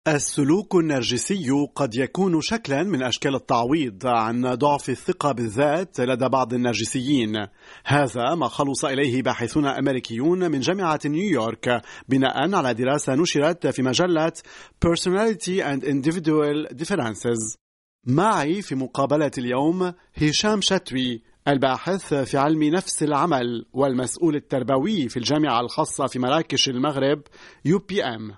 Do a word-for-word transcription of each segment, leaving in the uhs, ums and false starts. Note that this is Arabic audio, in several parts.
السلوك النرجسي قد يكون شكلا من أشكال التعويض عن ضعف الثقة بالذات لدى بعض النرجسيين. هذا ما خلص إليه باحثون أمريكيون من جامعة نيويورك بناء على دراسة نشرت في مجلة Personality and Individual Differences. معي في مقابلة اليوم هشام شتوي، الباحث في علم نفس العمل والمسؤول التربوي في الجامعة الخاصة في مراكش المغرب يو بي إم.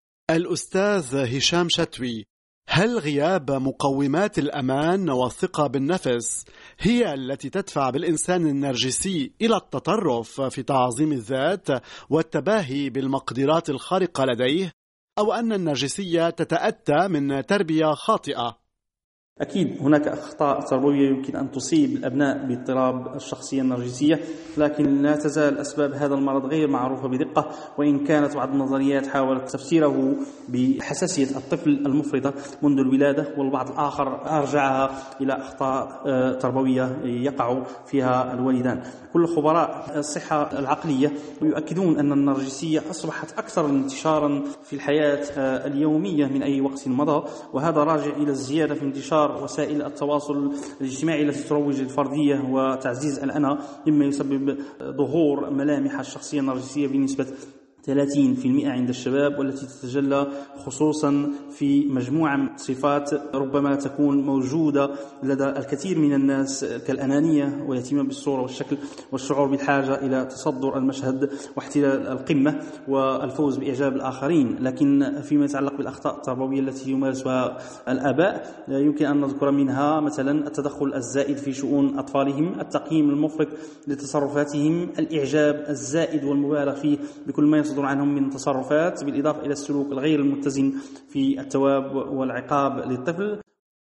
الأستاذ هشام شتوي، هل غياب مقومات الأمان والثقة بالنفس هي التي تدفع بالإنسان النرجسي إلى التطرف في تعظيم الذات والتباهي بالمقدرات الخارقة لديه، أو أن النرجسية تتأتى من تربية خاطئة؟ أكيد هناك أخطاء تربوية يمكن أن تصيب الأبناء باضطراب الشخصية النرجسية، لكن لا تزال أسباب هذا المرض غير معروفة بدقة، وإن كانت بعض النظريات حاولت تفسيره بحساسية الطفل المفرطة منذ الولادة، والبعض الآخر أرجعها إلى أخطاء تربوية يقع فيها الوالدان. كل خبراء الصحة العقلية يؤكدون أن النرجسية أصبحت أكثر انتشارا في الحياة اليومية من أي وقت مضى، وهذا راجع إلى الزيادة في انتشار وسائل التواصل الاجتماعي التي تروج للفردية وتعزيز الأنا، مما يسبب ظهور ملامح الشخصية النرجسية بنسبة ثلاثين بالمئة عند الشباب، والتي تتجلى خصوصا في مجموعة صفات ربما تكون موجودة لدى الكثير من الناس كالأنانية والاهتمام بالصورة والشكل والشعور بالحاجة إلى تصدر المشهد واحتلال القمة والفوز بإعجاب الآخرين. لكن فيما يتعلق بالأخطاء التربوية التي يمارسها الآباء يمكن أن نذكر منها مثلا التدخل الزائد في شؤون أطفالهم، التقييم المفرط لتصرفاتهم، الإعجاب الزائد والمبالغ فيه بكل ما يصدر عنهم من تصرفات، بالإضافة إلى السلوك الغير المتزن في الثواب والعقاب للطفل.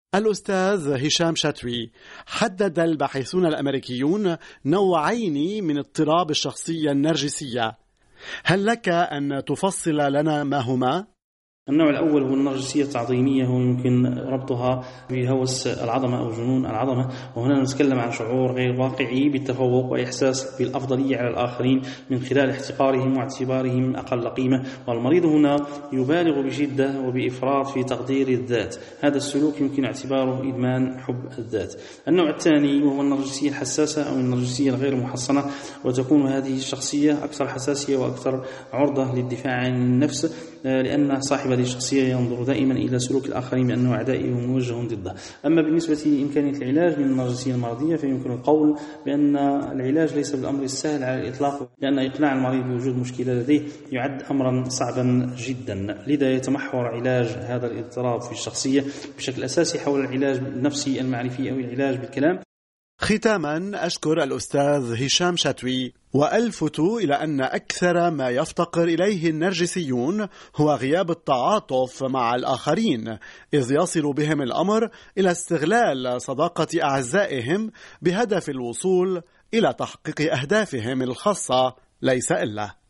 الأستاذ هشام شتوي، حدد الباحثون الأمريكيون نوعين من اضطراب الشخصية النرجسية، هل لك أن تفصل لنا ما هما؟ النوع الأول هو النرجسية التعظيمية، ويمكن ربطها بهوس العظمة أو جنون العظمة، وهنا نتكلم عن شعور غير واقعي بالتفوق وإحساس بالأفضلية على الآخرين من خلال احتقارهم واعتبارهم أقل قيمة، والمريض هنا يبالغ بشدة وبإفراط في تقدير الذات. هذا السلوك يمكن اعتباره إدمان حب الذات. النوع الثاني وهو النرجسية الحساسة أو النرجسية الغير محصنة، وتكون هذه الشخصية أكثر حساسية وأكثر عرضة للدفاع عن النفس، لأن صاحب هذه الشخصية ينظر دائما إلى سلوك الآخرين بأنه أعدائي وموجه ضده. أما بالنسبة لإمكانية العلاج من النرجسية المرضية، فيمكن القول بأن العلاج ليس بالأمر السهل على الإطلاق، لأن إقناع المريض بوجود مشكلة لديه يعد أمرا صعبا جدا. لذا يتمحور علاج هذا الاضطراب في الشخصية بشكل أساسي حول العلاج النفسي المعرفي أو العلاج بالكلام. ختاما، أشكر الأستاذ هشام شتوي، وألفت إلى أن أكثر ما يفتقر إليه النرجسيون هو غياب التعاطف مع الآخرين، إذ يصل بهم الأمر إلى استغلال صداقة أعزائهم بهدف الوصول إلى تحقيق أهدافهم الخاصة ليس إلا